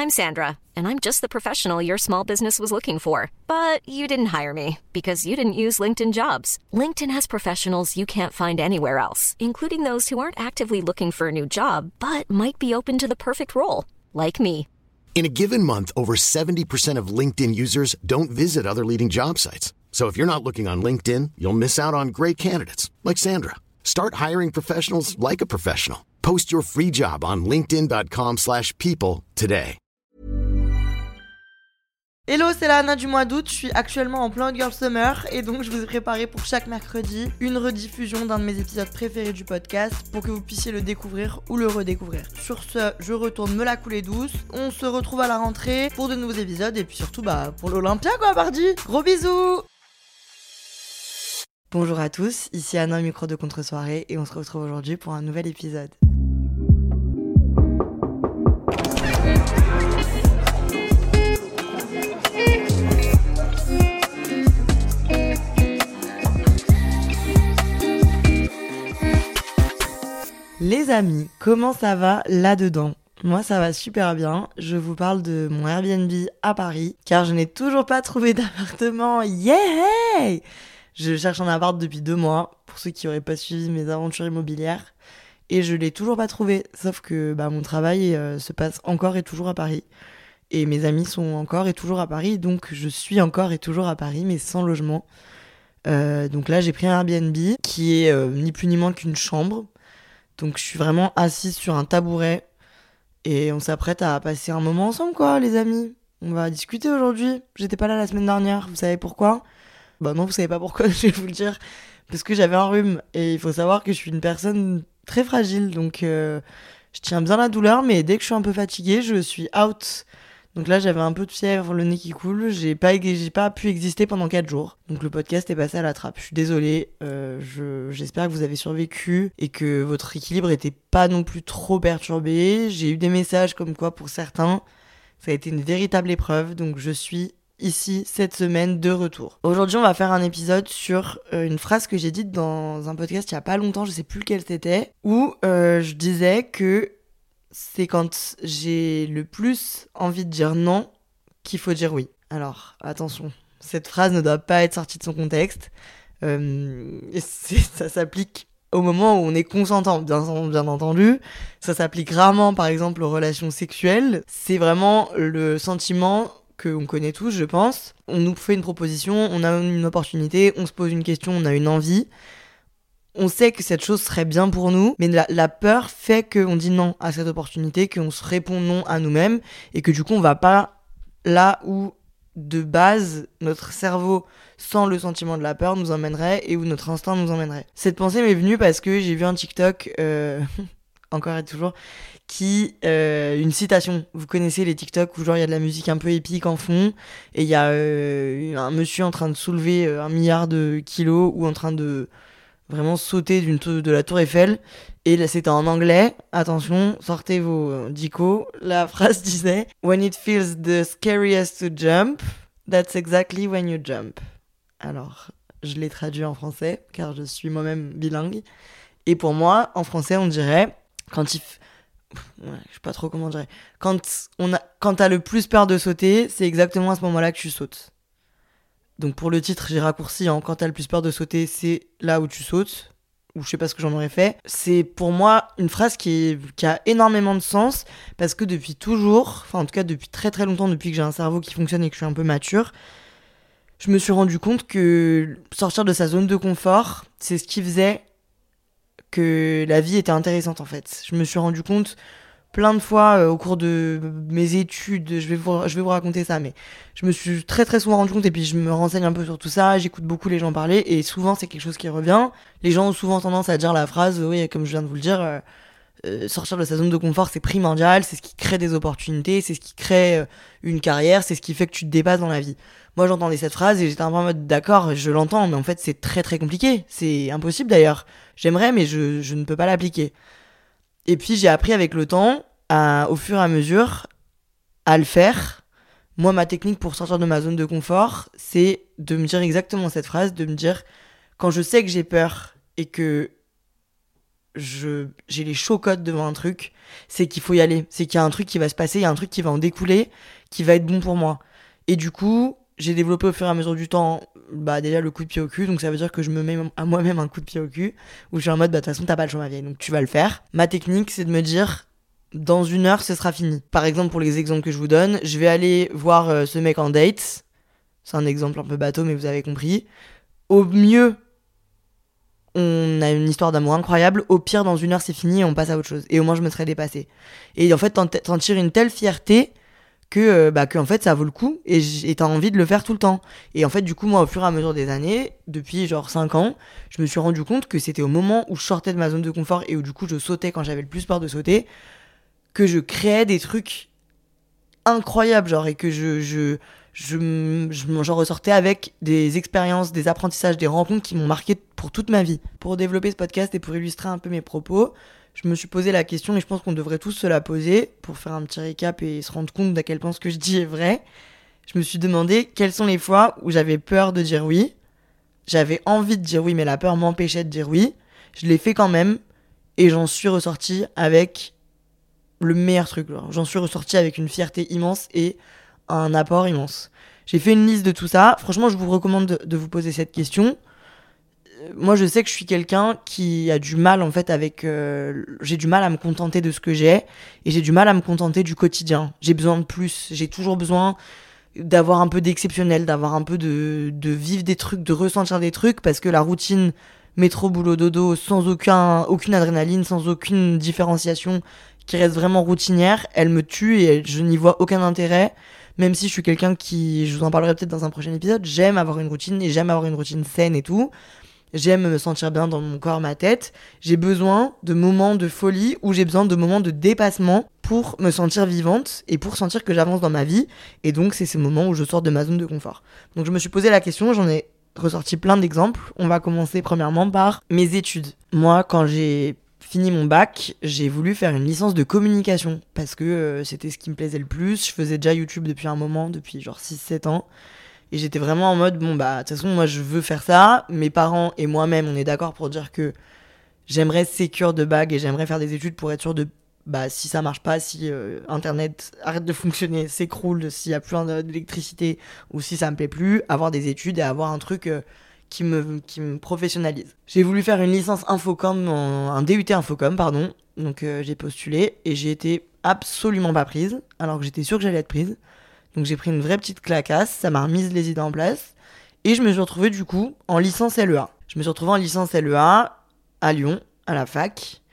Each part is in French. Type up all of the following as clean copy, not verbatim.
I'm Sandra, and I'm just the professional your small business was looking for. But you didn't hire me because you didn't use LinkedIn Jobs. LinkedIn has professionals you can't find anywhere else, including those who aren't actively looking for a new job, but might be open to the perfect role, like me. In a given month, over 70% of LinkedIn users don't visit other leading job sites. So if you're not looking on LinkedIn, you'll miss out on great candidates like Sandra. Start hiring professionals like a professional. Post your free job on linkedin.com/people today. Hello, c'est la Anna du mois d'août, je suis actuellement en plein Girl Summer et donc je vous ai préparé pour chaque mercredi une rediffusion d'un de mes épisodes préférés du podcast pour que vous puissiez le découvrir ou le redécouvrir. Sur ce, je retourne me la couler douce, on se retrouve à la rentrée pour de nouveaux épisodes et puis surtout pour l'Olympia quoi, pardi. Gros bisous. Bonjour à tous, ici Anna, micro de contre-soirée et on se retrouve aujourd'hui pour un nouvel épisode. Les amis, comment ça va là-dedans ? Moi ça va super bien, je vous parle de mon Airbnb à Paris, car je n'ai toujours pas trouvé d'appartement, yeah! Je cherche un appart depuis 2 mois, pour ceux qui n'auraient pas suivi mes aventures immobilières, et je l'ai toujours pas trouvé, sauf que mon travail se passe encore et toujours à Paris, et mes amis sont encore et toujours à Paris, donc je suis encore et toujours à Paris, mais sans logement. Donc là j'ai pris un Airbnb, qui est ni plus ni moins qu'une chambre. Donc je suis vraiment assise sur un tabouret et on s'apprête à passer un moment ensemble quoi les amis. On va discuter aujourd'hui. J'étais pas là la semaine dernière, vous savez pourquoi ? Non, vous savez pas pourquoi, je vais vous le dire. Parce que j'avais un rhume et il faut savoir que je suis une personne très fragile. Donc je tiens bien la douleur mais dès que je suis un peu fatiguée, je suis out. Donc là j'avais un peu de fièvre, le nez qui coule, j'ai pas pu exister pendant 4 jours. Donc le podcast est passé à la trappe, je suis désolée, j'espère que vous avez survécu et que votre équilibre était pas non plus trop perturbé. J'ai eu des messages comme quoi pour certains, ça a été une véritable épreuve, donc je suis ici cette semaine de retour. Aujourd'hui on va faire un épisode sur une phrase que j'ai dite dans un podcast il y a pas longtemps, je sais plus lequel c'était, où je disais que c'est quand j'ai le plus envie de dire non qu'il faut dire oui. Alors, attention, cette phrase ne doit pas être sortie de son contexte. Ça s'applique au moment où on est consentant, bien entendu. Ça s'applique rarement, par exemple, aux relations sexuelles. C'est vraiment le sentiment qu'on connaît tous, je pense. On nous fait une proposition, on a une opportunité, on se pose une question, on a une envie. On sait que cette chose serait bien pour nous, mais la peur fait qu'on dit non à cette opportunité, qu'on se répond non à nous-mêmes, et que du coup on va pas là où de base notre cerveau, sans le sentiment de la peur, nous emmènerait et où notre instinct nous emmènerait. Cette pensée m'est venue parce que j'ai vu un TikTok, encore et toujours, une citation. Vous connaissez les TikTok où genre il y a de la musique un peu épique en fond, et il y a un monsieur en train de soulever 1 milliard de kilos, ou en train de vraiment sauter de la tour Eiffel, et là c'était en anglais, attention, sortez vos dicos, la phrase disait « When it feels the scariest to jump, that's exactly when you jump ». Alors, je l'ai traduit en français, car je suis moi-même bilingue, et pour moi, en français, on dirait, je sais pas trop comment dire, quand t'as le plus peur de sauter, c'est exactement à ce moment-là que tu sautes. Donc pour le titre, j'ai raccourci quand t'as le plus peur de sauter, c'est là où tu sautes, ou je sais pas ce que j'en aurais fait. C'est pour moi une phrase qui a énormément de sens, parce que depuis toujours, enfin en tout cas depuis très très longtemps, depuis que j'ai un cerveau qui fonctionne et que je suis un peu mature, je me suis rendu compte que sortir de sa zone de confort, c'est ce qui faisait que la vie était intéressante en fait. Je me suis rendu compte plein de fois au cours de mes études, je vais vous raconter ça, mais je me suis très très souvent rendu compte, et puis je me renseigne un peu sur tout ça, j'écoute beaucoup les gens parler, et souvent c'est quelque chose qui revient. Les gens ont souvent tendance à dire la phrase, oui, comme je viens de vous le dire, sortir de sa zone de confort c'est primordial, c'est ce qui crée des opportunités, c'est ce qui crée une carrière, c'est ce qui fait que tu te dépasses dans la vie. Moi j'entendais cette phrase et j'étais un peu en mode d'accord, je l'entends, mais en fait c'est très très compliqué, c'est impossible d'ailleurs. J'aimerais mais je ne peux pas l'appliquer. Et puis j'ai appris avec le temps, au fur et à mesure, à le faire. Moi, ma technique pour sortir de ma zone de confort, c'est de me dire exactement cette phrase, de me dire, quand je sais que j'ai peur et que j'ai les chocottes devant un truc, c'est qu'il faut y aller. C'est qu'il y a un truc qui va se passer, il y a un truc qui va en découler, qui va être bon pour moi. Et du coup, j'ai développé au fur et à mesure du temps, déjà le coup de pied au cul. Donc ça veut dire que je me mets à moi-même un coup de pied au cul, où je suis en mode, de toute façon, t'as pas le choix, ma vieille, donc tu vas le faire. Ma technique, c'est de me dire, dans 1 heure, ce sera fini. Par exemple, pour les exemples que je vous donne, je vais aller voir ce mec en date. C'est un exemple un peu bateau, mais vous avez compris. Au mieux, on a une histoire d'amour incroyable. Au pire, dans 1 heure, c'est fini et on passe à autre chose. Et au moins, je me serais dépassée. Et en fait, t'en tires une telle fierté que en fait, ça vaut le coup. Et t'as envie de le faire tout le temps. Et en fait, du coup, moi, au fur et à mesure des années, depuis genre 5 ans, je me suis rendu compte que c'était au moment où je sortais de ma zone de confort et où du coup, je sautais quand j'avais le plus peur de sauter, que je créais des trucs incroyables, genre, et que j'en ressortais avec des expériences, des apprentissages, des rencontres qui m'ont marqué pour toute ma vie. Pour développer ce podcast et pour illustrer un peu mes propos, je me suis posé la question, et je pense qu'on devrait tous se la poser, pour faire un petit récap et se rendre compte d'à quel point ce que je dis est vrai. Je me suis demandé quelles sont les fois où j'avais peur de dire oui. J'avais envie de dire oui, mais la peur m'empêchait de dire oui. Je l'ai fait quand même, et j'en suis ressorti avec le meilleur truc. J'en suis ressorti avec une fierté immense et un apport immense. J'ai fait une liste de tout ça. Franchement, je vous recommande de vous poser cette question. Moi, je sais que je suis quelqu'un qui a du mal, en fait, j'ai du mal à me contenter de ce que j'ai, et j'ai du mal à me contenter du quotidien. J'ai besoin de plus. J'ai toujours besoin d'avoir un peu d'exceptionnel, d'avoir un peu de vivre des trucs, de ressentir des trucs, parce que la routine métro, boulot, dodo, sans aucune adrénaline, sans aucune différenciation, qui reste vraiment routinière, elle me tue et je n'y vois aucun intérêt. Même si je suis quelqu'un qui, je vous en parlerai peut-être dans un prochain épisode, j'aime avoir une routine et j'aime avoir une routine saine et tout. J'aime me sentir bien dans mon corps, ma tête. J'ai besoin de moments de folie ou j'ai besoin de moments de dépassement pour me sentir vivante et pour sentir que j'avance dans ma vie. Et donc, c'est ces moments où je sors de ma zone de confort. Donc, je me suis posé la question, j'en ai ressorti plein d'exemples. On va commencer premièrement par mes études. Moi, quand j'ai fini mon bac, j'ai voulu faire une licence de communication parce que c'était ce qui me plaisait le plus. Je faisais déjà YouTube depuis un moment, depuis genre 6-7 ans. Et j'étais vraiment en mode, de toute façon, moi, je veux faire ça. Mes parents et moi-même, on est d'accord pour dire que j'aimerais sécure de bague et j'aimerais faire des études pour être sûr de, si ça marche pas, si Internet arrête de fonctionner, s'écroule, s'il y a plus d'électricité ou si ça me plaît plus, avoir des études et avoir un truc qui me professionnalise. J'ai voulu faire une licence Infocom, un DUT Infocom, pardon. Donc j'ai postulé et j'ai été absolument pas prise, alors que j'étais sûre que j'allais être prise. Donc j'ai pris une vraie petite clacasse, ça m'a remise les idées en place. Et je me suis retrouvée du coup en licence LEA. Je me suis retrouvée en licence LEA à Lyon, à la fac.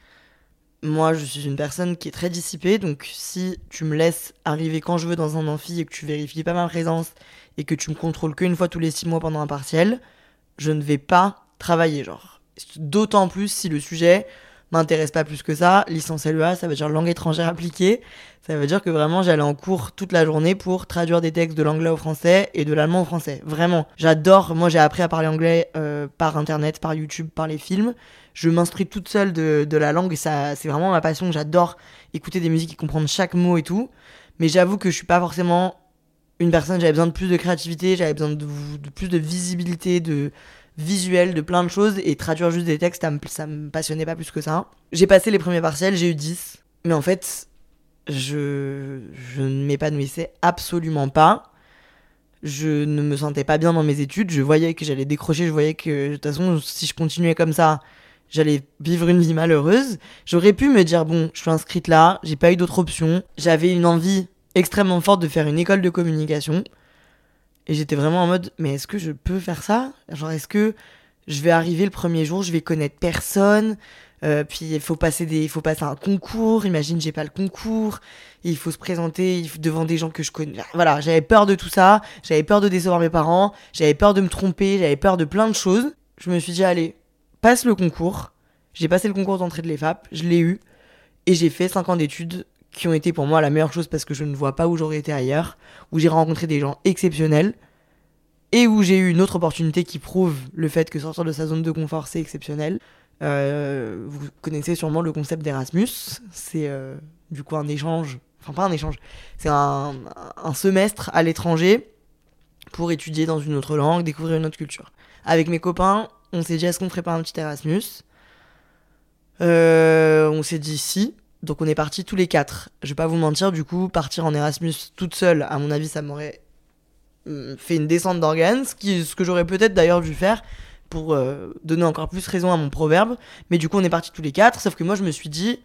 Moi, je suis une personne qui est très dissipée, donc si tu me laisses arriver quand je veux dans un amphi et que tu vérifies pas ma présence et que tu me contrôles qu'une fois tous les 6 mois pendant un partiel, je ne vais pas travailler, genre. D'autant plus si le sujet m'intéresse pas plus que ça. Licence LEA, ça veut dire langue étrangère appliquée. Ça veut dire que vraiment, j'allais en cours toute la journée pour traduire des textes de l'anglais au français et de l'allemand au français. Vraiment. J'adore. Moi, j'ai appris à parler anglais par Internet, par YouTube, par les films. Je m'instruis toute seule de la langue et ça, c'est vraiment ma passion. J'adore écouter des musiques et comprendre chaque mot et tout. Mais j'avoue que je suis pas forcément une personne, j'avais besoin de plus de créativité, j'avais besoin de plus de visibilité, de visuel, de plein de choses, et traduire juste des textes, ça me passionnait pas plus que ça. J'ai passé les premiers partiels, j'ai eu 10, mais en fait, je ne m'épanouissais absolument pas. Je ne me sentais pas bien dans mes études, je voyais que j'allais décrocher, je voyais que de toute façon, si je continuais comme ça, j'allais vivre une vie malheureuse. J'aurais pu me dire, bon, je suis inscrite là, j'ai pas eu d'autre option. J'avais une envie extrêmement forte de faire une école de communication. Et j'étais vraiment en mode, mais est-ce que je peux faire ça ? Genre, est-ce que je vais arriver le premier jour, je vais connaître personne, puis il faut passer un concours, imagine j'ai pas le concours, et il faut se présenter devant des gens que je connais. Voilà, j'avais peur de tout ça, j'avais peur de décevoir mes parents, j'avais peur de me tromper, j'avais peur de plein de choses. Je me suis dit, allez, passe le concours. J'ai passé le concours d'entrée de l'EFAP, je l'ai eu, et j'ai fait 5 ans d'études qui ont été pour moi la meilleure chose parce que je ne vois pas où j'aurais été ailleurs, où j'ai rencontré des gens exceptionnels et où j'ai eu une autre opportunité qui prouve le fait que sortir de sa zone de confort, c'est exceptionnel. Vous connaissez sûrement le concept d'Erasmus, c'est du coup un échange, enfin pas un échange, c'est un semestre à l'étranger pour étudier dans une autre langue, découvrir une autre culture. Avec mes copains, on s'est dit est-ce qu'on ferait pas un petit Erasmus ? On s'est dit si, donc on est partis tous les 4. Je vais pas vous mentir, du coup, partir en Erasmus toute seule, à mon avis, ça m'aurait fait une descente d'organes, ce que j'aurais peut-être d'ailleurs dû faire pour donner encore plus raison à mon proverbe. Mais du coup, on est partis tous les 4, sauf que moi, je me suis dit,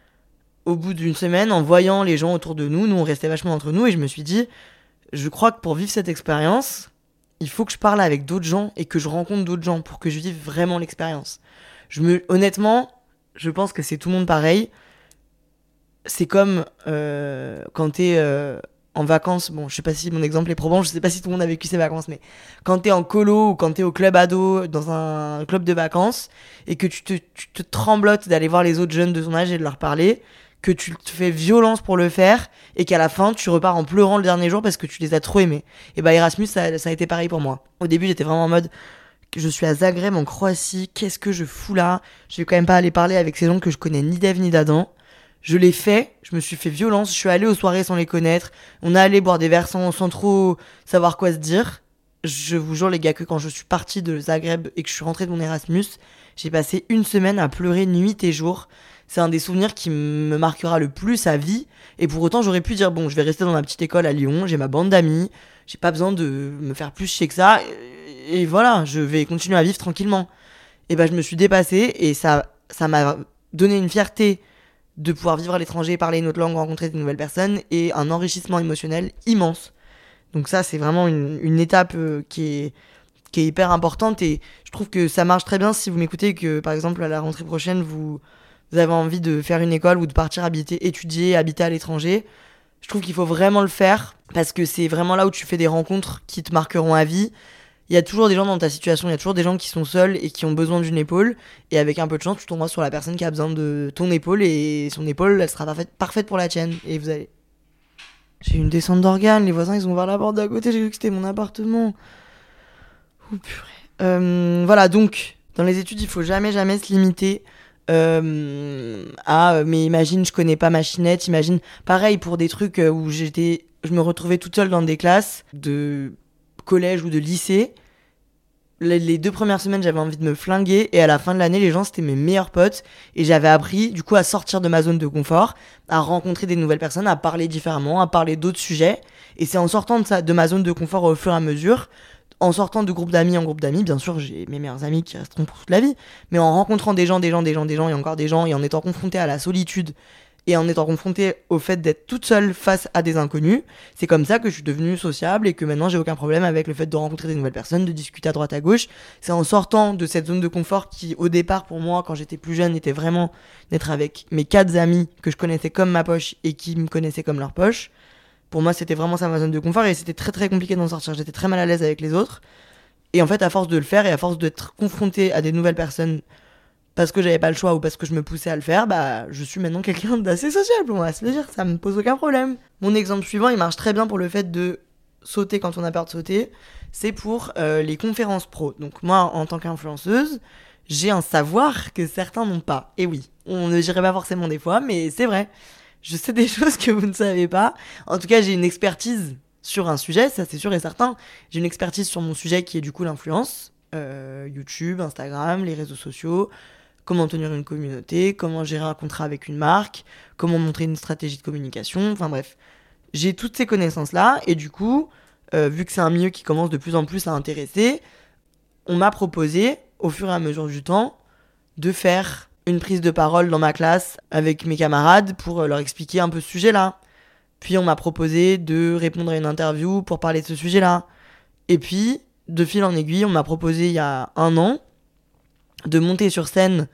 au bout d'une semaine, en voyant les gens autour de nous, on restait vachement entre nous, et je me suis dit, je crois que pour vivre cette expérience, il faut que je parle avec d'autres gens et que je rencontre d'autres gens pour que je vive vraiment l'expérience. Honnêtement, je pense que c'est tout le monde pareil. C'est comme quand t'es en vacances, bon, je sais pas si mon exemple est probant, je sais pas si tout le monde a vécu ses vacances, mais quand t'es en colo ou quand t'es au club ado, dans un club de vacances, et que tu te tremblotes d'aller voir les autres jeunes de ton âge et de leur parler, que tu te fais violence pour le faire, et qu'à la fin, tu repars en pleurant le dernier jour parce que tu les as trop aimés. Et bah Erasmus, ça a été pareil pour moi. Au début, j'étais vraiment en mode, je suis à Zagreb en Croatie, qu'est-ce que je fous là ? Je vais quand même pas aller parler avec ces gens que je connais ni d'Ève ni d'Adam. Je l'ai fait, je me suis fait violence, je suis allée aux soirées sans les connaître, on est allé boire des verres sans trop savoir quoi se dire. Je vous jure les gars que quand je suis partie de Zagreb et que je suis rentrée de mon Erasmus, j'ai passé une semaine à pleurer nuit et jour. C'est un des souvenirs qui me marquera le plus à vie. Et pour autant, j'aurais pu dire, bon, je vais rester dans ma petite école à Lyon, j'ai ma bande d'amis, j'ai pas besoin de me faire plus chier que ça. Et voilà, je vais continuer à vivre tranquillement. Et bah, je me suis dépassée et ça m'a donné une fierté de pouvoir vivre à l'étranger, parler une autre langue, rencontrer de nouvelles personnes et un enrichissement émotionnel immense. Donc ça, c'est vraiment une étape qui est hyper importante et je trouve que ça marche très bien si vous m'écoutez et que, par exemple, à la rentrée prochaine, vous avez envie de faire une école ou de partir étudier à l'étranger. Je trouve qu'il faut vraiment le faire parce que c'est vraiment là où tu fais des rencontres qui te marqueront à vie. Il y a toujours des gens dans ta situation, il y a toujours des gens qui sont seuls et qui ont besoin d'une épaule. Et avec un peu de chance, tu tomberas sur la personne qui a besoin de ton épaule et son épaule, elle sera parfaite pour la tienne. Et vous allez... J'ai eu une descente d'organes, les voisins, ils ont ouvert la porte d'à côté, j'ai cru que c'était mon appartement. Oh purée. Voilà, donc, dans les études, il faut jamais se limiter mais imagine, je connais pas ma chinette, imagine... Pareil, pour des trucs où je me retrouvais toute seule dans des classes de collège ou de lycée. Les 2 premières semaines, j'avais envie de me flinguer et à la fin de l'année, les gens, c'était mes meilleurs potes et j'avais appris du coup à sortir de ma zone de confort, à rencontrer des nouvelles personnes, à parler différemment, à parler d'autres sujets. Et c'est en sortant de ma zone de confort au fur et à mesure, en sortant de groupe d'amis en groupe d'amis, bien sûr, j'ai mes meilleurs amis qui resteront pour toute la vie, mais en rencontrant des gens et encore des gens et en étant confronté à la solitude et en étant confrontée au fait d'être toute seule face à des inconnus, c'est comme ça que je suis devenue sociable et que maintenant j'ai aucun problème avec le fait de rencontrer des nouvelles personnes, de discuter à droite à gauche. C'est en sortant de cette zone de confort qui, au départ, pour moi, quand j'étais plus jeune, était vraiment d'être avec mes 4 amis que je connaissais comme ma poche et qui me connaissaient comme leur poche. Pour moi, c'était vraiment ça ma zone de confort et c'était très très compliqué d'en sortir. J'étais très mal à l'aise avec les autres. Et en fait, à force de le faire et à force d'être confrontée à des nouvelles personnes parce que j'avais pas le choix ou parce que je me poussais à le faire, bah je suis maintenant quelqu'un d'assez sociable, on va se le dire, ça me pose aucun problème. Mon exemple suivant, il marche très bien pour le fait de sauter quand on a peur de sauter, c'est pour les conférences pro. Donc moi, en tant qu'influenceuse, j'ai un savoir que certains n'ont pas. Et oui, on ne dirait pas forcément des fois, mais c'est vrai. Je sais des choses que vous ne savez pas. En tout cas, j'ai une expertise sur un sujet, ça c'est sûr et certain. J'ai une expertise sur mon sujet qui est du coup l'influence, YouTube, Instagram, les réseaux sociaux, comment tenir une communauté, comment gérer un contrat avec une marque, comment montrer une stratégie de communication, enfin bref. J'ai toutes ces connaissances-là, et du coup, vu que c'est un milieu qui commence de plus en plus à intéresser, on m'a proposé, au fur et à mesure du temps, de faire une prise de parole dans ma classe avec mes camarades pour leur expliquer un peu ce sujet-là. Puis on m'a proposé de répondre à une interview pour parler de ce sujet-là. Et puis, de fil en aiguille, on m'a proposé il y a 1 an de monter sur scène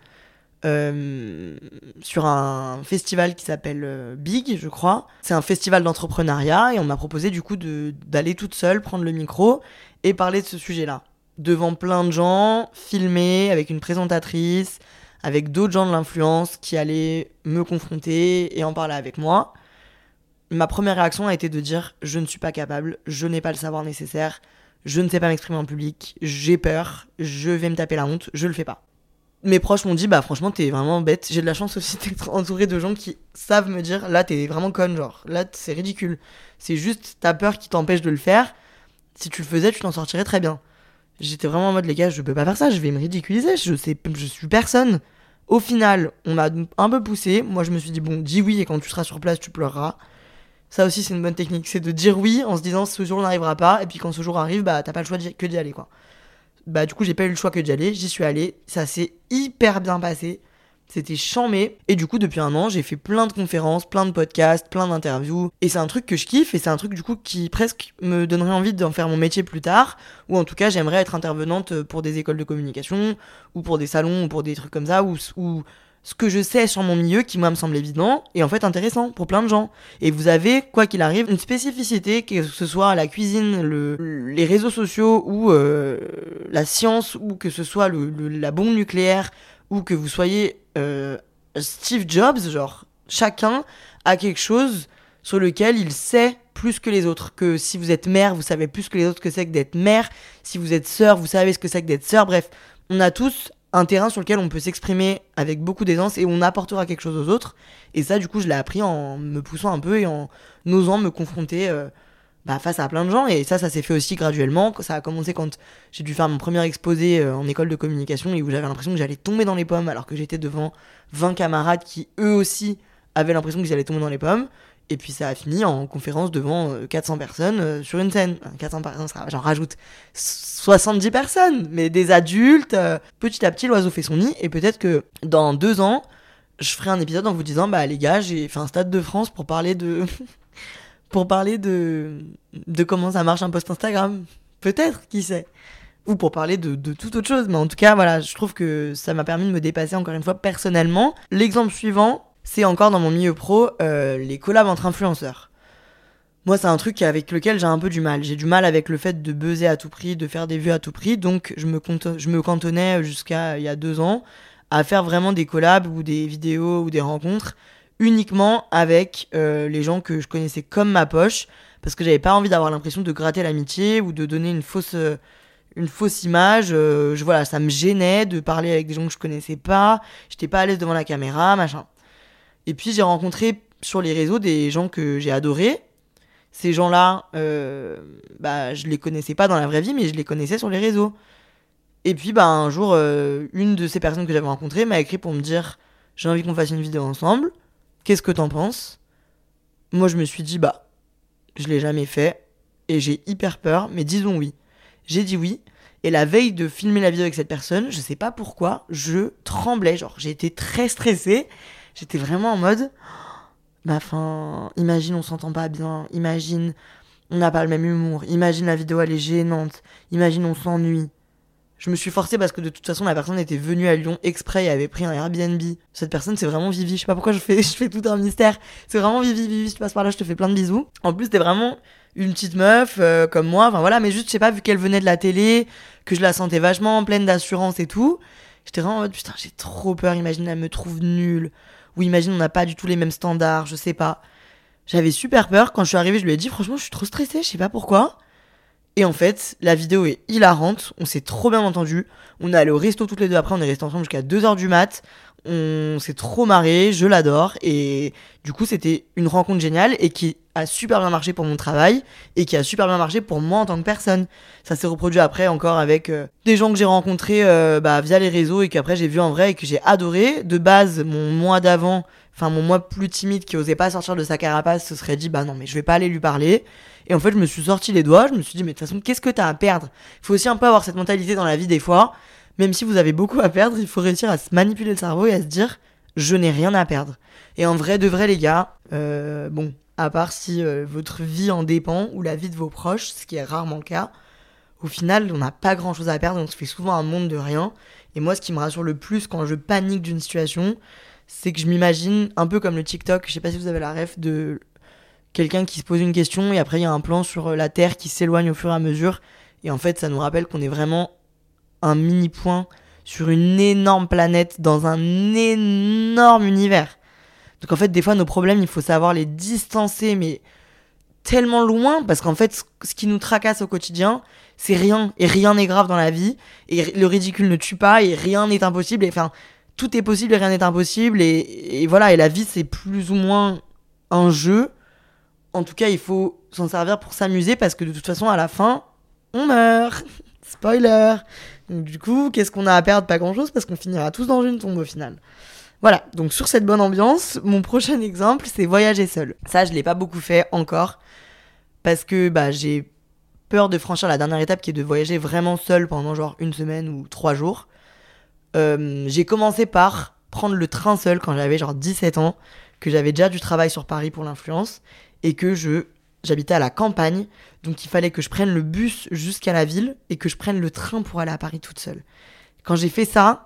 sur un festival qui s'appelle Big, je crois. C'est un festival d'entrepreneuriat et on m'a proposé du coup d'aller toute seule prendre le micro et parler de ce sujet-là. Devant plein de gens, filmé, avec une présentatrice, avec d'autres gens de l'influence qui allaient me confronter et en parler avec moi. Ma première réaction a été de dire « Je ne suis pas capable, je n'ai pas le savoir nécessaire, je ne sais pas m'exprimer en public, j'ai peur, je vais me taper la honte, je le fais pas. » Mes proches m'ont dit « Bah franchement, t'es vraiment bête. » J'ai de la chance aussi d'être entourée de gens qui savent me dire « Là, t'es vraiment conne, genre. Là, c'est ridicule. C'est juste ta peur qui t'empêche de le faire. Si tu le faisais, tu t'en sortirais très bien. » J'étais vraiment en mode « Les gars, je peux pas faire ça, je vais me ridiculiser, je suis personne. Au final, on m'a un peu poussé. Moi, je me suis dit, bon, dis oui et quand tu seras sur place, tu pleureras. Ça aussi, c'est une bonne technique. C'est de dire oui en se disant, ce jour n'arrivera pas. Et puis quand ce jour arrive, bah, t'as pas le choix que d'y aller, quoi. Bah, du coup, j'ai pas eu le choix que d'y aller. J'y suis allée. Ça s'est hyper bien passé. C'était chambé. Et du coup, depuis un an, j'ai fait plein de conférences, plein de podcasts, plein d'interviews. Et c'est un truc que je kiffe. Et c'est un truc, du coup, qui presque me donnerait envie d'en faire mon métier plus tard. Ou en tout cas, j'aimerais être intervenante pour des écoles de communication, ou pour des salons, ou pour des trucs comme ça, ou ce que je sais sur mon milieu, qui moi me semble évident, est en fait intéressant pour plein de gens. Et vous avez, quoi qu'il arrive, une spécificité, que ce soit la cuisine, les réseaux sociaux, ou la science, ou que ce soit la bombe nucléaire, ou que vous soyez Steve Jobs, genre, chacun a quelque chose sur lequel il sait plus que les autres. Que si vous êtes mère, vous savez plus que les autres ce que c'est que d'être mère. Si vous êtes sœur, vous savez ce que c'est que d'être sœur. Bref, on a tous un terrain sur lequel on peut s'exprimer avec beaucoup d'aisance et on apportera quelque chose aux autres. Et ça, du coup, je l'ai appris en me poussant un peu et en osant me confronter face à plein de gens. Et ça s'est fait aussi graduellement. Ça a commencé quand j'ai dû faire mon premier exposé en école de communication et où j'avais l'impression que j'allais tomber dans les pommes alors que j'étais devant 20 camarades qui, eux aussi, avaient l'impression qu'ils allaient tomber dans les pommes. Et puis ça a fini en conférence devant 400 personnes sur une scène. 400 personnes, j'en rajoute 70 personnes, mais des adultes. Petit à petit, l'oiseau fait son nid. Et peut-être que dans 2 ans, je ferai un épisode en vous disant, bah les gars, j'ai fait un Stade de France pour parler de... pour parler de comment ça marche un post Instagram. Peut-être, qui sait. Ou pour parler de toute autre chose. Mais en tout cas, voilà, je trouve que ça m'a permis de me dépasser encore une fois personnellement. L'exemple suivant, c'est encore dans mon milieu pro, les collabs entre influenceurs. Moi, c'est un truc avec lequel j'ai un peu du mal. J'ai du mal avec le fait de buzzer à tout prix, de faire des vues à tout prix. Donc, je me cantonnais jusqu'à il y a 2 ans à faire vraiment des collabs ou des vidéos ou des rencontres uniquement avec les gens que je connaissais comme ma poche. Parce que j'avais pas envie d'avoir l'impression de gratter l'amitié ou de donner une fausse image. Voilà, ça me gênait de parler avec des gens que je connaissais pas. J'étais pas à l'aise devant la caméra, machin. Et puis j'ai rencontré sur les réseaux des gens que j'ai adorés. Ces gens-là, je les connaissais pas dans la vraie vie, mais je les connaissais sur les réseaux. Et puis un jour, une de ces personnes que j'avais rencontrées m'a écrit pour me dire « J'ai envie qu'on fasse une vidéo ensemble. Qu'est-ce que t'en penses ?» Moi, je me suis dit « Je l'ai jamais fait et j'ai hyper peur, mais disons oui. » J'ai dit oui. Et la veille de filmer la vidéo avec cette personne, je sais pas pourquoi, je tremblais. Genre, j'ai été très stressée. J'étais vraiment en mode, imagine on s'entend pas bien, imagine on n'a pas le même humour, imagine la vidéo elle est gênante, imagine on s'ennuie. Je me suis forcée parce que de toute façon la personne était venue à Lyon exprès et avait pris un Airbnb. Cette personne c'est vraiment Vivi, je sais pas pourquoi je fais tout un mystère. C'est vraiment Vivi, si tu passes par là je te fais plein de bisous. En plus c'était vraiment une petite meuf comme moi, mais juste je sais pas, vu qu'elle venait de la télé, que je la sentais vachement pleine d'assurance et tout, j'étais vraiment en mode putain j'ai trop peur, imagine elle me trouve nulle. Ou imagine on n'a pas du tout les mêmes standards, je sais pas. J'avais super peur, quand je suis arrivée je lui ai dit franchement je suis trop stressée, je sais pas pourquoi. Et en fait la vidéo est hilarante, on s'est trop bien entendu, on est allé au resto toutes les deux après, on est resté ensemble jusqu'à 2h du mat, on s'est trop marré, je l'adore. Et du coup c'était une rencontre géniale et qui a super bien marché pour mon travail et qui a super bien marché pour moi en tant que personne. Ça s'est reproduit après encore avec des gens que j'ai rencontrés via les réseaux et qu'après j'ai vu en vrai et que j'ai adoré. De base, mon moi d'avant, mon moi plus timide qui osait pas sortir de sa carapace se serait dit non mais je vais pas aller lui parler. Et en fait je me suis sorti les doigts, je me suis dit mais de toute façon qu'est-ce que t'as à perdre ? Il faut aussi un peu avoir cette mentalité dans la vie des fois. Même si vous avez beaucoup à perdre, il faut réussir à se manipuler le cerveau et à se dire je n'ai rien à perdre. Et en vrai de vrai les gars, à part si votre vie en dépend, ou la vie de vos proches, ce qui est rarement le cas, au final, on n'a pas grand-chose à perdre, on se fait souvent un monde de rien. Et moi, ce qui me rassure le plus quand je panique d'une situation, c'est que je m'imagine, un peu comme le TikTok, je sais pas si vous avez la ref, de quelqu'un qui se pose une question, et après il y a un plan sur la Terre qui s'éloigne au fur et à mesure. Et en fait, ça nous rappelle qu'on est vraiment un mini-point sur une énorme planète, dans un énorme univers. Donc en fait, des fois, nos problèmes, il faut savoir les distancer, mais tellement loin, parce qu'en fait, ce qui nous tracasse au quotidien, c'est rien, et rien n'est grave dans la vie, et le ridicule ne tue pas, et rien n'est impossible, et tout est possible et rien n'est impossible, et voilà, et la vie, c'est plus ou moins un jeu. En tout cas, il faut s'en servir pour s'amuser, parce que de toute façon, à la fin, on meurt. Spoiler. Donc du coup, qu'est-ce qu'on a à perdre? Pas grand-chose, parce qu'on finira tous dans une tombe au final. Voilà, donc sur cette bonne ambiance, mon prochain exemple, c'est voyager seul. Ça, je l'ai pas beaucoup fait encore, parce que j'ai peur de franchir la dernière étape qui est de voyager vraiment seul pendant genre 1 semaine ou 3 jours. J'ai commencé par prendre le train seul quand j'avais genre 17 ans, que j'avais déjà du travail sur Paris pour l'influence, et que j'habitais à la campagne, donc il fallait que je prenne le bus jusqu'à la ville et que je prenne le train pour aller à Paris toute seule. Quand j'ai fait ça,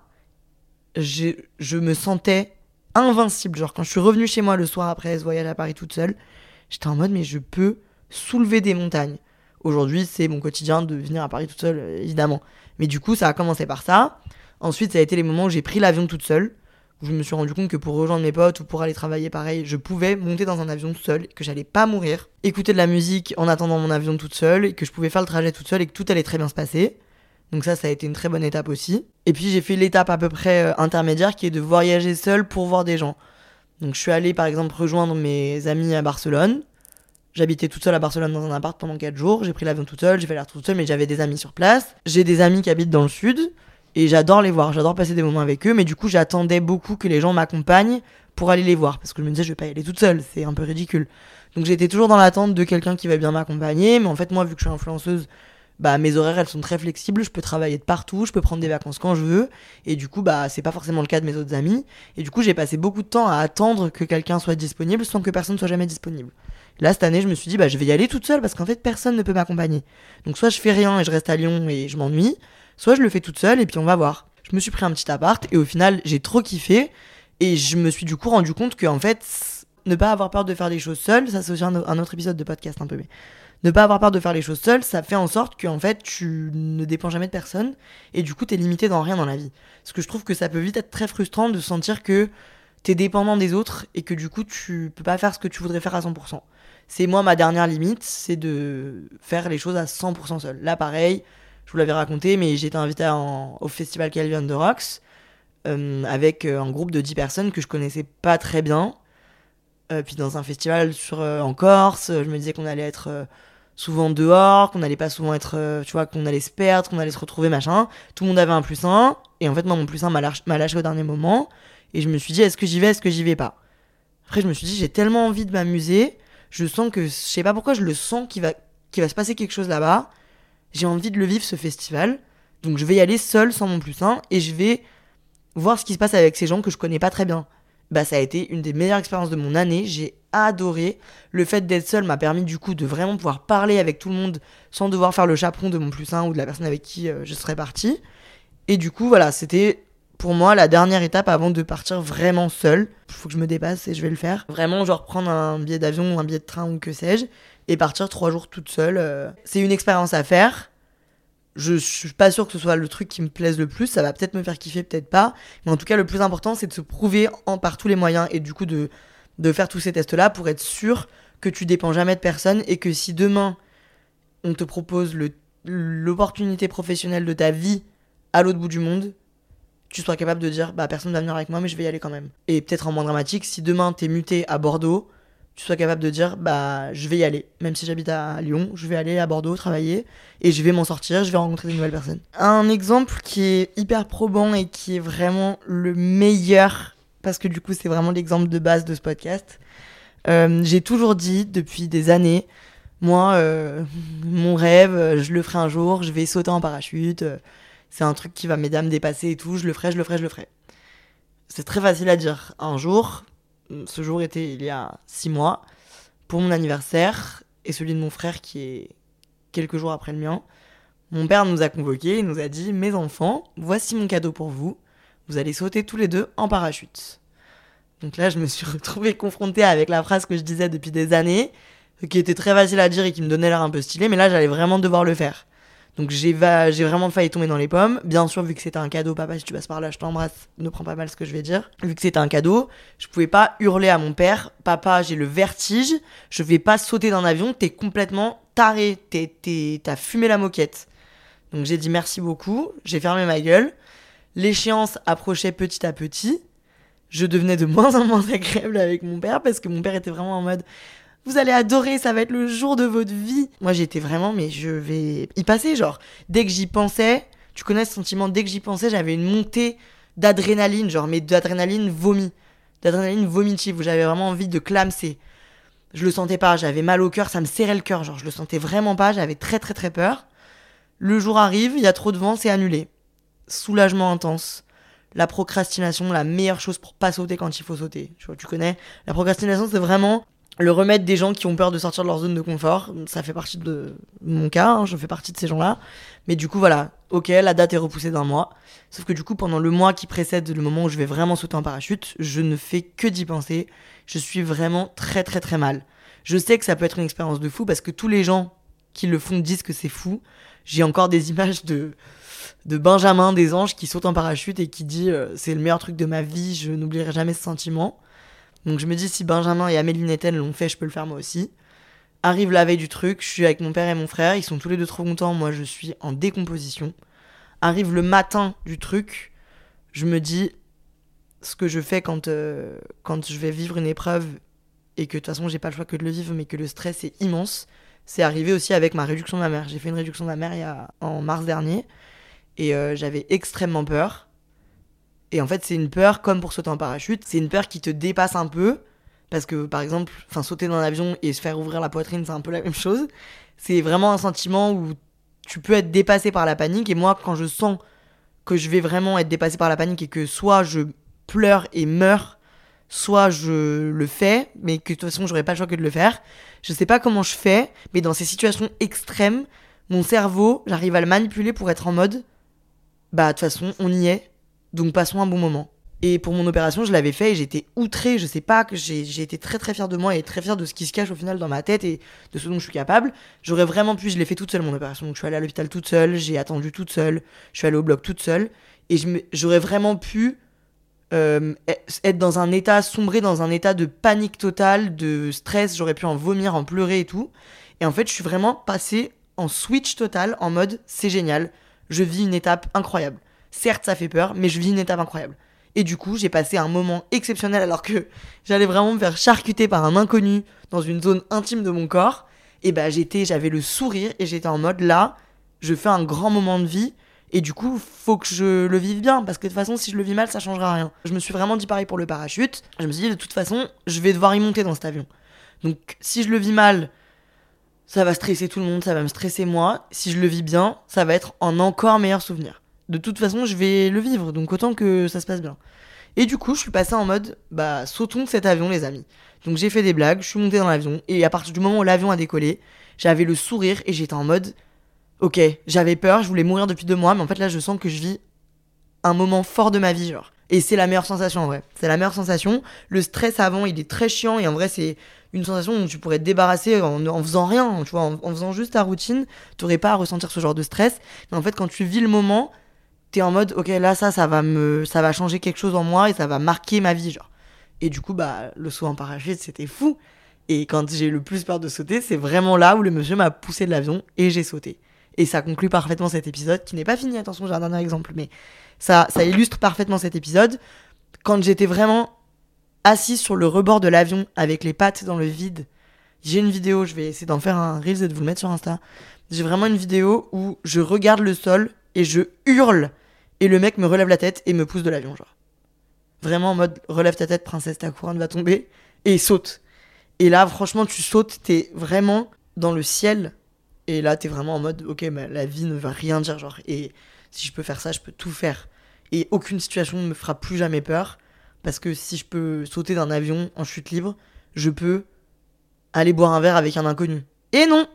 je me sentais invincible. Genre quand je suis revenue chez moi le soir après ce voyage à Paris toute seule, j'étais en mode mais je peux soulever des montagnes. Aujourd'hui, c'est mon quotidien de venir à Paris toute seule, évidemment. Mais du coup, ça a commencé par ça. Ensuite, ça a été les moments où j'ai pris l'avion toute seule, où je me suis rendu compte que pour rejoindre mes potes ou pour aller travailler pareil, je pouvais monter dans un avion seule, que j'allais pas mourir, écouter de la musique en attendant mon avion toute seule, et que je pouvais faire le trajet toute seule et que tout allait très bien se passer. Donc ça a été une très bonne étape aussi. Et puis j'ai fait l'étape à peu près intermédiaire qui est de voyager seule pour voir des gens. Donc je suis allée par exemple rejoindre mes amis à Barcelone. J'habitais toute seule à Barcelone dans un appart pendant 4 jours. J'ai pris l'avion toute seule, j'ai fait l'air toute seule, mais j'avais des amis sur place. J'ai des amis qui habitent dans le sud. Et j'adore les voir, j'adore passer des moments avec eux, mais du coup j'attendais beaucoup que les gens m'accompagnent pour aller les voir, parce que je me disais je vais pas y aller toute seule, c'est un peu ridicule. Donc j'étais toujours dans l'attente de quelqu'un qui va bien m'accompagner, mais en fait moi vu que je suis influenceuse, mes horaires elles sont très flexibles, je peux travailler de partout, je peux prendre des vacances quand je veux, et du coup c'est pas forcément le cas de mes autres amis, et du coup j'ai passé beaucoup de temps à attendre que quelqu'un soit disponible sans que personne soit jamais disponible. Là cette année je me suis dit je vais y aller toute seule parce qu'en fait personne ne peut m'accompagner. Donc soit je fais rien et je reste à Lyon et je m'ennuie, soit je le fais toute seule et puis on va voir. Je me suis pris un petit appart et au final j'ai trop kiffé et je me suis du coup rendu compte que en fait ne pas avoir peur de faire les choses seule, ça c'est aussi un autre épisode de podcast un peu, mais ne pas avoir peur de faire les choses seule, ça fait en sorte que en fait tu ne dépends jamais de personne et du coup t'es limité dans rien dans la vie. Parce que je trouve que ça peut vite être très frustrant de sentir que t'es dépendant des autres et que du coup tu peux pas faire ce que tu voudrais faire à 100%. C'est moi ma dernière limite, c'est de faire les choses à 100% seule. Là pareil, je vous l'avais raconté, mais j'ai été invité au festival Calvi on the Rocks avec un groupe de 10 personnes que je connaissais pas très bien. Puis dans un festival en Corse, je me disais qu'on allait être souvent dehors, qu'on allait pas souvent être, qu'on allait se perdre, qu'on allait se retrouver, machin. Tout le monde avait un +1, et en fait, moi, mon +1 m'a lâché au dernier moment, et je me suis dit, est-ce que j'y vais, est-ce que j'y vais pas? Après, je me suis dit, j'ai tellement envie de m'amuser, je sens que, je sais pas pourquoi, je le sens qu'il va se passer quelque chose là-bas. J'ai envie de le vivre, ce festival. Donc je vais y aller seule, sans mon +1, et je vais voir ce qui se passe avec ces gens que je connais pas très bien. Ça a été une des meilleures expériences de mon année. J'ai adoré. Le fait d'être seule m'a permis du coup de vraiment pouvoir parler avec tout le monde sans devoir faire le chaperon de mon +1 ou de la personne avec qui je serais partie. Et du coup, voilà, c'était pour moi la dernière étape avant de partir vraiment seule. Il faut que je me dépasse et je vais le faire. Vraiment, genre prendre un billet d'avion ou un billet de train ou que sais-je, et partir 3 jours toute seule. C'est une expérience à faire. Je suis pas sûre que ce soit le truc qui me plaise le plus, ça va peut-être me faire kiffer, peut-être pas, mais en tout cas le plus important c'est de se prouver par tous les moyens et du coup de faire tous ces tests-là pour être sûr que tu dépends jamais de personne et que si demain on te propose l'opportunité professionnelle de ta vie à l'autre bout du monde, tu sois capable de dire personne va venir avec moi mais je vais y aller quand même. Et peut-être en moins dramatique, si demain t'es muté à Bordeaux, tu sois capable de dire je vais y aller, même si j'habite à Lyon, je vais aller à Bordeaux travailler et je vais m'en sortir, je vais rencontrer de nouvelles personnes. Un exemple qui est hyper probant et qui est vraiment le meilleur, parce que du coup c'est vraiment l'exemple de base de ce podcast, j'ai toujours dit depuis des années, moi mon rêve, je le ferai un jour, je vais sauter en parachute, c'est un truc qui va m'aider à me dépasser et tout, je le ferai. C'est très facile à dire un jour. Ce jour était il y a 6 mois, pour mon anniversaire et celui de mon frère qui est quelques jours après le mien. Mon père nous a convoqués et nous a dit « Mes enfants, voici mon cadeau pour vous, vous allez sauter tous les deux en parachute. » Donc là, je me suis retrouvée confrontée avec la phrase que je disais depuis des années, qui était très facile à dire et qui me donnait l'air un peu stylé, mais là, j'allais vraiment devoir le faire. Donc j'ai vraiment failli tomber dans les pommes. Bien sûr, vu que c'était un cadeau, papa, si tu passes par là, je t'embrasse, ne prends pas mal ce que je vais dire. Vu que c'était un cadeau, je pouvais pas hurler à mon père, papa, j'ai le vertige, je vais pas sauter d'un avion, t'es complètement taré, t'as fumé la moquette. Donc j'ai dit merci beaucoup, j'ai fermé ma gueule. L'échéance approchait petit à petit. Je devenais de moins en moins agréable avec mon père parce que mon père était vraiment en mode vous allez adorer, ça va être le jour de votre vie. Moi, j'étais vraiment, mais je vais y passer, genre. Dès que j'y pensais, Tu connais ce sentiment, dès que j'y pensais, j'avais une montée d'adrénaline, genre, mais d'adrénaline vomitive, où j'avais vraiment envie de clamser. Je le sentais pas, j'avais mal au cœur, ça me serrait le cœur, genre, je le sentais vraiment pas, j'avais très très très peur. Le jour arrive, il y a trop de vent, c'est annulé. Soulagement intense. La procrastination, la meilleure chose pour pas sauter quand il faut sauter. Tu connais ? La procrastination, c'est vraiment le remède des gens qui ont peur de sortir de leur zone de confort. Ça fait partie de mon cas, hein, je fais partie de ces gens-là. Mais du coup, voilà, ok, la date est repoussée d'1 mois. Sauf que du coup, pendant le mois qui précède le moment où je vais vraiment sauter en parachute, je ne fais que d'y penser. Je suis vraiment très très très mal. Je sais que ça peut être une expérience de fou parce que tous les gens qui le font disent que c'est fou. J'ai encore des images de Benjamin des Anges qui saute en parachute et qui dit c'est le meilleur truc de ma vie, je n'oublierai jamais ce sentiment. Donc je me dis si Benjamin et Amélie Netten l'ont fait, je peux le faire moi aussi. Arrive la veille du truc, je suis avec mon père et mon frère, ils sont tous les deux trop contents, moi je suis en décomposition. Arrive le matin du truc, je me dis ce que je fais quand je vais vivre une épreuve et que de toute façon j'ai pas le choix que de le vivre mais que le stress est immense. C'est arrivé aussi avec ma réduction mammaire. J'ai fait une réduction mammaire en mars dernier et j'avais extrêmement peur. Et en fait, c'est une peur comme pour sauter en parachute. C'est une peur qui te dépasse un peu parce que, par exemple, sauter dans l'avion et se faire ouvrir la poitrine, c'est un peu la même chose. C'est vraiment un sentiment où tu peux être dépassé par la panique. Et moi, quand je sens que je vais vraiment être dépassé par la panique et que soit je pleure et meurs, soit je le fais, mais que de toute façon, j'aurais pas le choix que de le faire. Je sais pas comment je fais, mais dans ces situations extrêmes, mon cerveau, j'arrive à le manipuler pour être en mode bah, de toute façon, on y est, donc passons un bon moment. Et pour mon opération, je l'avais fait et j'étais outrée, je sais pas, que j'ai été très très fière de moi et très fière de ce qui se cache au final dans ma tête et de ce dont je suis capable. J'aurais vraiment pu, je l'ai fait toute seule mon opération, donc je suis allée à l'hôpital toute seule, j'ai attendu toute seule, je suis allée au bloc toute seule, et j'aurais vraiment pu être dans un état, sombrer dans un état de panique totale, de stress, j'aurais pu en vomir, en pleurer et tout. Et en fait, je suis vraiment passée en switch total, en mode c'est génial, je vis une étape incroyable. Certes, ça fait peur, mais je vis une étape incroyable. Et du coup, j'ai passé un moment exceptionnel alors que j'allais vraiment me faire charcuter par un inconnu dans une zone intime de mon corps. Et bah, j'avais le sourire et j'étais en mode là, je fais un grand moment de vie. Et du coup, faut que je le vive bien, parce que de toute façon, si je le vis mal, ça changera rien. Je me suis vraiment dit pareil pour le parachute. Je me suis dit, de toute façon, je vais devoir y monter dans cet avion. Donc, si je le vis mal, ça va stresser tout le monde, ça va me stresser moi. Si je le vis bien, ça va être en encore meilleur souvenir. De toute façon, je vais le vivre, donc autant que ça se passe bien. Et du coup, je suis passée en mode, bah, sautons de cet avion, les amis. Donc, j'ai fait des blagues, je suis montée dans l'avion, et à partir du moment où l'avion a décollé, j'avais le sourire, et j'étais en mode... Ok, j'avais peur, je voulais mourir depuis 2 mois, mais en fait là je sens que je vis un moment fort de ma vie, genre. Et c'est la meilleure sensation en vrai. C'est la meilleure sensation. Le stress avant, il est très chiant et en vrai c'est une sensation dont tu pourrais te débarrasser en faisant rien, tu vois, en faisant juste ta routine. T'aurais pas à ressentir ce genre de stress. Mais en fait quand tu vis le moment, t'es en mode ok là ça va changer quelque chose en moi et ça va marquer ma vie, genre. Et du coup bah le saut en parachute c'était fou. Et quand j'ai eu le plus peur de sauter, c'est vraiment là où le monsieur m'a poussé de l'avion et j'ai sauté. Et ça conclut parfaitement cet épisode, qui n'est pas fini, attention, j'ai un dernier exemple, mais ça illustre parfaitement cet épisode. Quand j'étais vraiment assise sur le rebord de l'avion, avec les pattes dans le vide, j'ai une vidéo, je vais essayer d'en faire un Reels et de vous le mettre sur Insta. J'ai vraiment une vidéo où je regarde le sol et je hurle, et le mec me relève la tête et me pousse de l'avion, genre. Vraiment en mode, relève ta tête, princesse, ta couronne va tomber, et saute. Et là, franchement, tu sautes, t'es vraiment dans le ciel. Et là, t'es vraiment en mode, ok, mais la vie ne veut rien dire, genre. Et si je peux faire ça, je peux tout faire. Et aucune situation ne me fera plus jamais peur. Parce que si je peux sauter d'un avion en chute libre, je peux aller boire un verre avec un inconnu. Et non,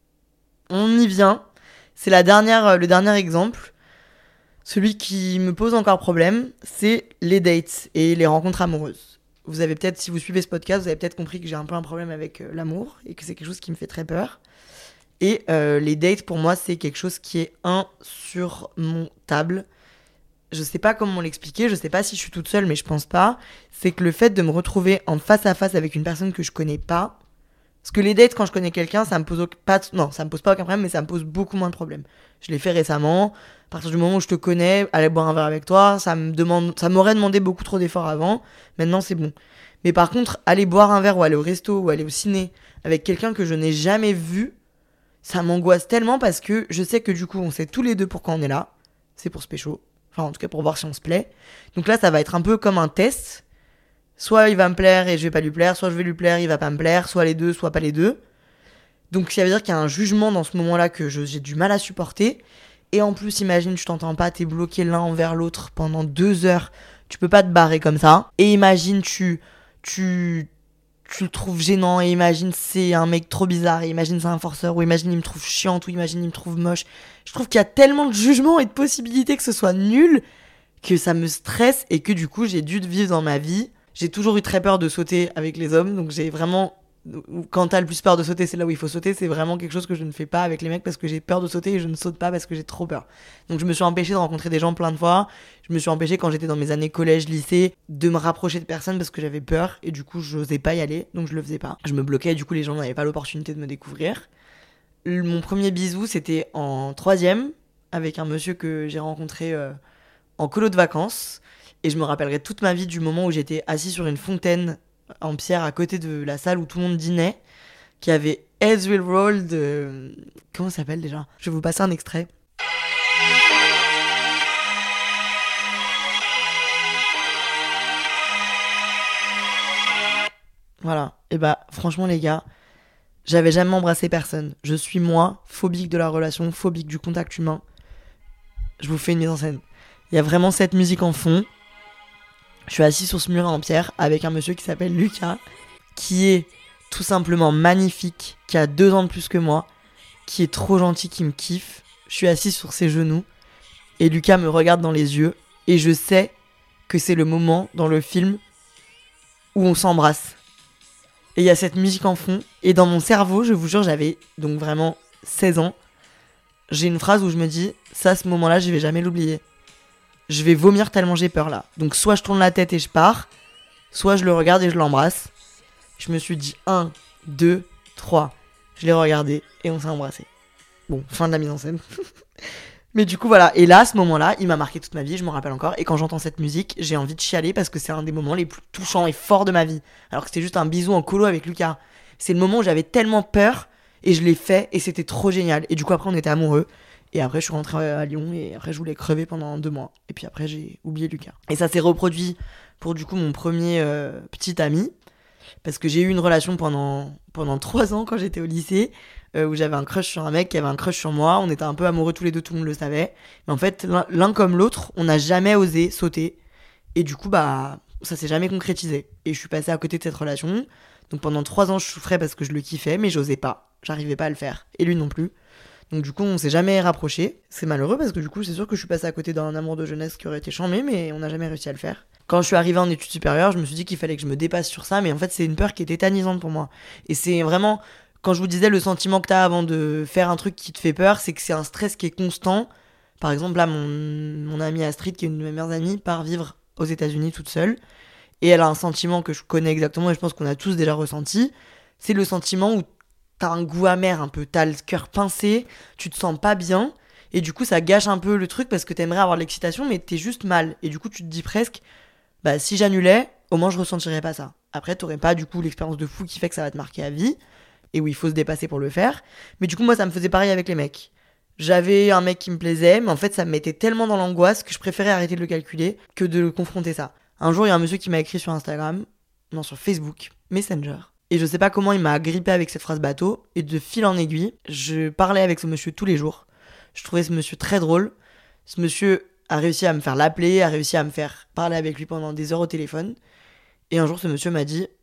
on y vient. C'est le dernier exemple. Celui qui me pose encore problème, c'est les dates et les rencontres amoureuses. Vous avez peut-être, si vous suivez ce podcast, vous avez peut-être compris que j'ai un peu un problème avec l'amour et que c'est quelque chose qui me fait très peur. Et les dates, pour moi, c'est quelque chose qui est insurmontable. Je sais pas comment l'expliquer, je sais pas si je suis toute seule, mais je pense pas. C'est que le fait de me retrouver en face à face avec une personne que je connais pas... Parce que les dates, quand je connais quelqu'un, ça me pose pas aucun problème, mais ça me pose beaucoup moins de problèmes. Je l'ai fait récemment. À partir du moment où je te connais, aller boire un verre avec toi, ça m'aurait demandé beaucoup trop d'efforts avant. Maintenant, c'est bon. Mais par contre, aller boire un verre ou aller au resto ou aller au ciné avec quelqu'un que je n'ai jamais vu, ça m'angoisse tellement parce que je sais que du coup, on sait tous les deux pourquoi on est là. c'est pour se pécho. Enfin, en tout cas, pour voir si on se plaît. Donc là, ça va être un peu comme un test. Soit il va me plaire et je vais pas lui plaire, soit je vais lui plaire, il va pas me plaire, soit les deux, soit pas les deux. Donc ça veut dire qu'il y a un jugement dans ce moment-là que j'ai du mal à supporter. Et en plus, imagine, tu t'entends pas, t'es bloqué l'un envers l'autre pendant 2 heures. Tu peux pas te barrer comme ça. Et imagine, tu le trouves gênant, et imagine c'est un mec trop bizarre, et imagine c'est un forceur, ou imagine il me trouve chiante, ou imagine il me trouve moche. Je trouve qu'il y a tellement de jugements et de possibilités que ce soit nul, que ça me stresse, et que du coup j'ai dû vivre dans ma vie. J'ai toujours eu très peur de sauter avec les hommes, donc j'ai vraiment... Quand t'as le plus peur de sauter, c'est là où il faut sauter, c'est vraiment quelque chose que je ne fais pas avec les mecs parce que j'ai peur de sauter et je ne saute pas parce que j'ai trop peur. Donc je me suis empêchée de rencontrer des gens plein de fois, je me suis empêchée quand j'étais dans mes années collège, lycée, de me rapprocher de personnes parce que j'avais peur et du coup j'osais pas y aller, donc je le faisais pas. Je me bloquais et du coup les gens n'avaient pas l'opportunité de me découvrir. Mon premier bisou c'était en 3e avec un monsieur que j'ai rencontré en colo de vacances et je me rappellerai toute ma vie du moment où j'étais assis sur une fontaine en pierre à côté de la salle où tout le monde dînait, qui avait Heads Will Roll de... Comment ça s'appelle déjà ? Je vais vous passer un extrait. Voilà. Et bah, franchement les gars, j'avais jamais embrassé personne. Je suis moi, phobique de la relation, phobique du contact humain. Je vous fais une mise en scène. Il y a vraiment cette musique en fond. Je suis assis sur ce mur en pierre avec un monsieur qui s'appelle Lucas, qui est tout simplement magnifique, qui a 2 ans de plus que moi, qui est trop gentil, qui me kiffe. Je suis assis sur ses genoux et Lucas me regarde dans les yeux et je sais que c'est le moment dans le film où on s'embrasse. Et il y a cette musique en fond et dans mon cerveau, je vous jure, j'avais donc vraiment 16 ans, j'ai une phrase où je me dis, ça, ce moment-là, je vais jamais l'oublier. Je vais vomir tellement j'ai peur là. Donc soit je tourne la tête et je pars, soit je le regarde et je l'embrasse. Je me suis dit 1, 2, 3. Je l'ai regardé et on s'est embrassé. Bon, fin de la mise en scène. Mais du coup voilà, et là, à ce moment-là, il m'a marqué toute ma vie, je me rappelle encore. Et quand j'entends cette musique, j'ai envie de chialer parce que c'est un des moments les plus touchants et forts de ma vie. Alors que c'était juste un bisou en colo avec Lucas. C'est le moment où j'avais tellement peur et je l'ai fait et c'était trop génial. Et du coup après on était amoureux. Et après, je suis rentrée à Lyon et après, je voulais crever pendant 2 mois. Et puis après, j'ai oublié Lucas. Et ça s'est reproduit pour du coup mon premier petit ami. Parce que j'ai eu une relation pendant 3 ans quand j'étais au lycée, où j'avais un crush sur un mec qui avait un crush sur moi. On était un peu amoureux tous les deux, tout le monde le savait. Mais en fait, l'un comme l'autre, on n'a jamais osé sauter. Et du coup, bah, ça s'est jamais concrétisé. Et je suis passée à côté de cette relation. Donc pendant 3 ans, je souffrais parce que je le kiffais, mais j'osais pas. J'arrivais pas à le faire. Et lui non plus. Donc du coup, on s'est jamais rapprochés. C'est malheureux parce que du coup, c'est sûr que je suis passée à côté d'un amour de jeunesse qui aurait été charmé, mais on n'a jamais réussi à le faire. Quand je suis arrivée en études supérieures, je me suis dit qu'il fallait que je me dépasse sur ça, mais en fait, c'est une peur qui est tétanisante pour moi. Et c'est vraiment, quand je vous disais le sentiment que t'as avant de faire un truc qui te fait peur, c'est que c'est un stress qui est constant. Par exemple, là, mon amie Astrid, qui est une de mes meilleures amies, part vivre aux États-Unis toute seule. Et elle a un sentiment que je connais exactement et je pense qu'on a tous déjà ressenti. C'est le sentiment où t'as un goût amer un peu, t'as le cœur pincé, tu te sens pas bien, et du coup ça gâche un peu le truc parce que t'aimerais avoir de l'excitation mais t'es juste mal, et du coup tu te dis presque, bah si j'annulais, au moins je ressentirais pas ça. Après t'aurais pas du coup l'expérience de fou qui fait que ça va te marquer à vie, et où il faut se dépasser pour le faire, mais du coup moi ça me faisait pareil avec les mecs. J'avais un mec qui me plaisait, mais en fait ça me mettait tellement dans l'angoisse que je préférais arrêter de le calculer que de le confronter ça. Un jour il y a un monsieur qui m'a écrit sur Instagram, non sur Facebook, Messenger. Et je sais pas comment il m'a agrippé avec cette phrase bateau. Et de fil en aiguille, je parlais avec ce monsieur tous les jours. Je trouvais ce monsieur très drôle. Ce monsieur a réussi à me faire l'appeler, a réussi à me faire parler avec lui pendant des heures au téléphone. Et un jour, ce monsieur m'a dit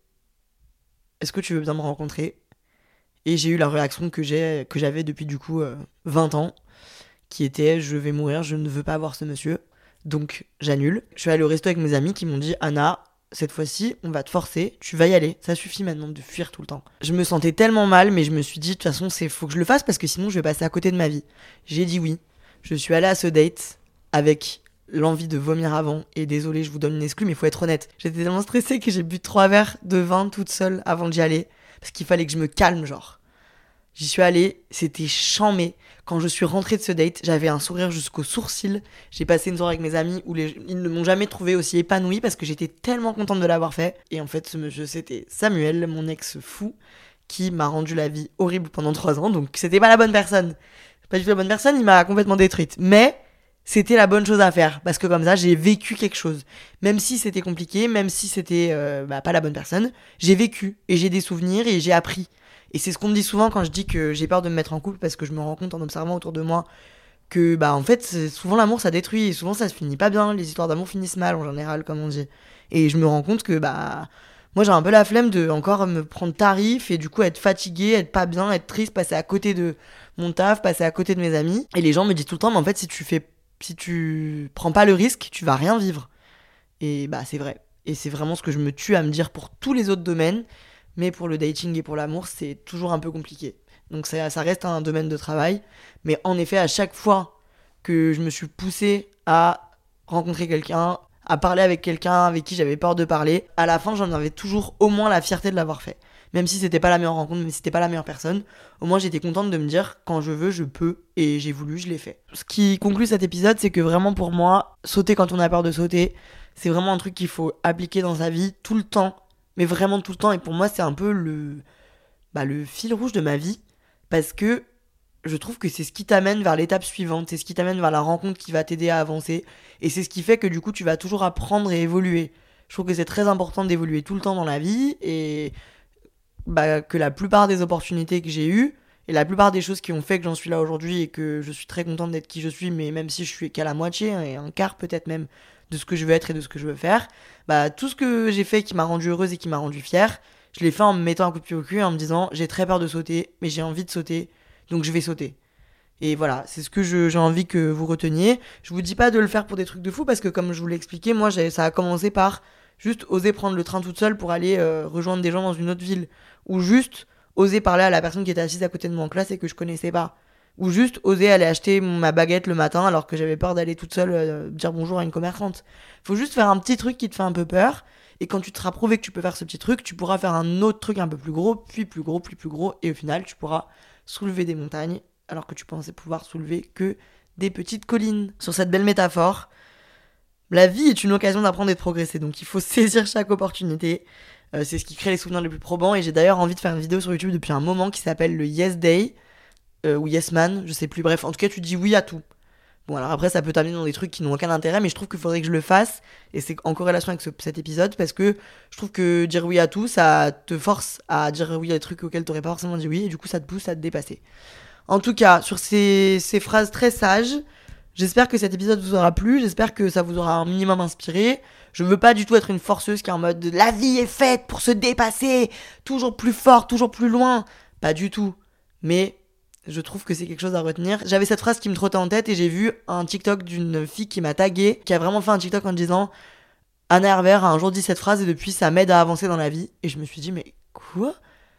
« Est-ce que tu veux bien me rencontrer ?» Et j'ai eu la réaction que j'avais depuis du coup 20 ans, qui était « Je vais mourir, je ne veux pas voir ce monsieur, donc j'annule. » Je suis allée au resto avec mes amis qui m'ont dit « Anna, cette fois-ci, on va te forcer, tu vas y aller, ça suffit maintenant de fuir tout le temps. » Je me sentais tellement mal, mais je me suis dit, de toute façon, faut que je le fasse parce que sinon je vais passer à côté de ma vie. J'ai dit oui. Je suis allée à ce date avec l'envie de vomir avant, et désolé, je vous donne une exclue, mais il faut être honnête. J'étais tellement stressée que j'ai bu 3 verres de vin toute seule avant d'y aller, parce qu'il fallait que je me calme, genre. J'y suis allée, c'était chambé. Quand je suis rentrée de ce date, j'avais un sourire jusqu'aux sourcils. J'ai passé une soirée avec mes amis où ils ne m'ont jamais trouvée aussi épanouie parce que j'étais tellement contente de l'avoir fait. Et en fait, ce monsieur, c'était Samuel, mon ex fou, qui m'a rendu la vie horrible pendant 3 ans. Donc, c'était pas la bonne personne. Pas du tout la bonne personne, il m'a complètement détruite. Mais c'était la bonne chose à faire. Parce que comme ça, j'ai vécu quelque chose. Même si c'était compliqué, même si c'était pas la bonne personne, j'ai vécu et j'ai des souvenirs et j'ai appris. Et c'est ce qu'on me dit souvent quand je dis que j'ai peur de me mettre en couple, parce que je me rends compte en observant autour de moi que en fait, souvent l'amour ça détruit et souvent ça se finit pas bien. Les histoires d'amour finissent mal en général, comme on dit. Et je me rends compte que moi j'ai un peu la flemme de encore me prendre tarif et du coup être fatiguée, être pas bien, être triste, passer à côté de mon taf, passer à côté de mes amis. Et les gens me disent tout le temps, mais en fait si tu prends pas le risque, tu vas rien vivre. Et c'est vrai. Et c'est vraiment ce que je me tue à me dire pour tous les autres domaines. Mais pour le dating et pour l'amour, c'est toujours un peu compliqué. Donc ça reste un domaine de travail. Mais en effet, à chaque fois que je me suis poussée à rencontrer quelqu'un, à parler avec quelqu'un avec qui j'avais peur de parler, à la fin, j'en avais toujours au moins la fierté de l'avoir fait. Même si c'était pas la meilleure rencontre, même si c'était pas la meilleure personne, au moins j'étais contente de me dire, quand je veux, je peux, et j'ai voulu, je l'ai fait. Ce qui conclut cet épisode, c'est que vraiment pour moi, sauter quand on a peur de sauter, c'est vraiment un truc qu'il faut appliquer dans sa vie tout le temps, mais vraiment tout le temps, et pour moi c'est un peu le fil rouge de ma vie, parce que je trouve que c'est ce qui t'amène vers l'étape suivante, c'est ce qui t'amène vers la rencontre qui va t'aider à avancer, et c'est ce qui fait que du coup tu vas toujours apprendre et évoluer. Je trouve que c'est très important d'évoluer tout le temps dans la vie, et que la plupart des opportunités que j'ai eues, et la plupart des choses qui ont fait que j'en suis là aujourd'hui, et que je suis très contente d'être qui je suis, mais même si je suis qu'à la moitié, et un quart peut-être même, de ce que je veux être et de ce que je veux faire, tout ce que j'ai fait qui m'a rendue heureuse et qui m'a rendue fière, je l'ai fait en me mettant un coup de pied au cul, en me disant j'ai très peur de sauter, mais j'ai envie de sauter, donc je vais sauter. Et voilà, c'est ce que j'ai envie que vous reteniez. Je vous dis pas de le faire pour des trucs de fou, parce que comme je vous l'ai expliqué, moi ça a commencé par juste oser prendre le train toute seule pour aller rejoindre des gens dans une autre ville, ou juste oser parler à la personne qui était assise à côté de moi en classe et que je connaissais pas, ou juste oser aller acheter ma baguette le matin alors que j'avais peur d'aller toute seule dire bonjour à une commerçante. Faut juste faire un petit truc qui te fait un peu peur, et quand tu te seras prouvé que tu peux faire ce petit truc, tu pourras faire un autre truc un peu plus gros, puis plus gros, puis plus gros, et au final tu pourras soulever des montagnes alors que tu pensais pouvoir soulever que des petites collines. Sur cette belle métaphore, la vie est une occasion d'apprendre et de progresser, donc il faut saisir chaque opportunité. C'est ce qui crée les souvenirs les plus probants, et j'ai d'ailleurs envie de faire une vidéo sur YouTube depuis un moment qui s'appelle le Yes Day, ou Yes Man, je sais plus, bref, en tout cas tu dis oui à tout. Bon, alors après ça peut t'amener dans des trucs qui n'ont aucun intérêt, mais je trouve qu'il faudrait que je le fasse, et c'est en corrélation avec cet épisode, parce que je trouve que dire oui à tout, ça te force à dire oui à des trucs auxquels t'aurais pas forcément dit oui, et du coup ça te pousse à te dépasser. En tout cas, sur ces phrases très sages, j'espère que cet épisode vous aura plu, j'espère que ça vous aura un minimum inspiré. Je veux pas du tout être une forceuse qui est en mode « La vie est faite pour se dépasser, toujours plus fort, toujours plus loin ». Pas du tout. Mais je trouve que c'est quelque chose à retenir. J'avais cette phrase qui me trottait en tête, et j'ai vu un TikTok d'une fille qui m'a tagué, qui a vraiment fait un TikTok en disant « Anna Hervère a un jour dit cette phrase et depuis ça m'aide à avancer dans la vie ». Et je me suis dit « Mais quoi ?»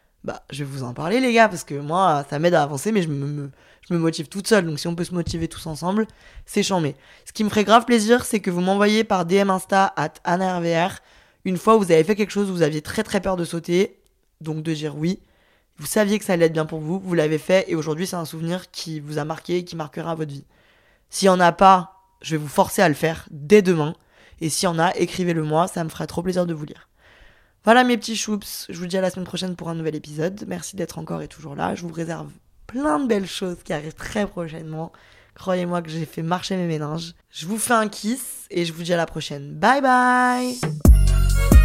Je vais vous en parler les gars, parce que moi ça m'aide à avancer, mais je me motive toute seule, donc si on peut se motiver tous ensemble, c'est chambé. Ce qui me ferait grave plaisir, c'est que vous m'envoyez par DM Insta @AnnaRVR une fois où vous avez fait quelque chose où vous aviez très très peur de sauter, donc de dire oui, vous saviez que ça allait être bien pour vous, vous l'avez fait, et aujourd'hui c'est un souvenir qui vous a marqué et qui marquera votre vie. S'il y en a pas, je vais vous forcer à le faire dès demain, et s'il y en a, écrivez-le moi, ça me ferait trop plaisir de vous lire. Voilà mes petits choups, je vous dis à la semaine prochaine pour un nouvel épisode. Merci d'être encore et toujours là. Je vous réserve plein de belles choses qui arrivent très prochainement. Croyez-moi que j'ai fait marcher mes méninges. Je vous fais un kiss et je vous dis à la prochaine. Bye bye!